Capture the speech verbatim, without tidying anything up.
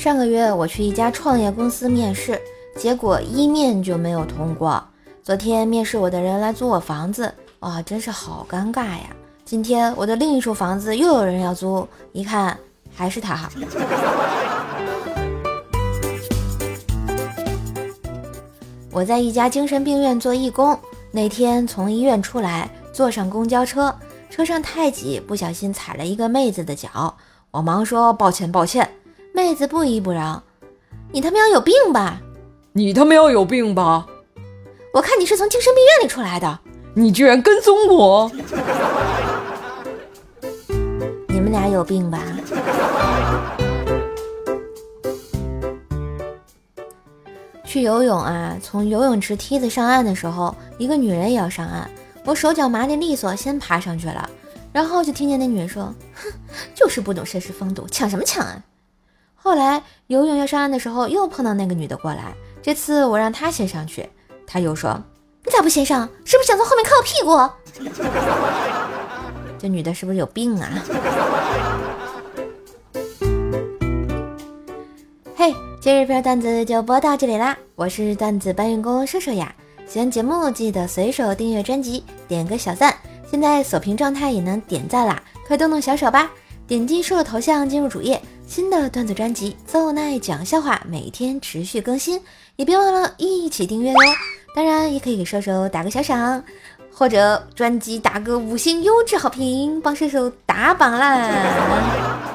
上个月我去一家创业公司面试，结果一面就没有通过。昨天面试我的人来租我房子，哇，真是好尴尬呀。今天我的另一处房子又有人要租，一看还是他哈。我在一家精神病院做义工，那天从医院出来，坐上公交车，车上太挤，不小心踩了一个妹子的脚，我忙说抱歉抱歉，妹子不依不饶，你他喵有病吧？ 你他喵有病吧？ 我看你是从精神病院里出来的， 你居然跟踪我！ 你们俩有病吧？去游泳啊，从游泳池梯子上岸的时候，一个女人也要上岸，我手脚麻利利索，先爬上去了，然后就听见那女人说：“哼，就是不懂绅士风度，抢什么抢啊！”后来游泳要上岸的时候，又碰到那个女的过来，这次我让她先上去，她又说：“你咋不先上？是不是想从后面看我屁股？”这女的是不是有病啊？嘿，今日份段子就播到这里啦，我是段子搬运工射手呀。喜欢节目记得随手订阅专辑，点个小赞，现在锁屏状态也能点赞啦，快动动小手吧。点击射手头像进入主页，新的段子专辑奏奈讲笑话每天持续更新，也别忘了一起订阅哟。当然也可以给射手打个小赏，或者专辑打个五星优质好评，帮射手打榜啦。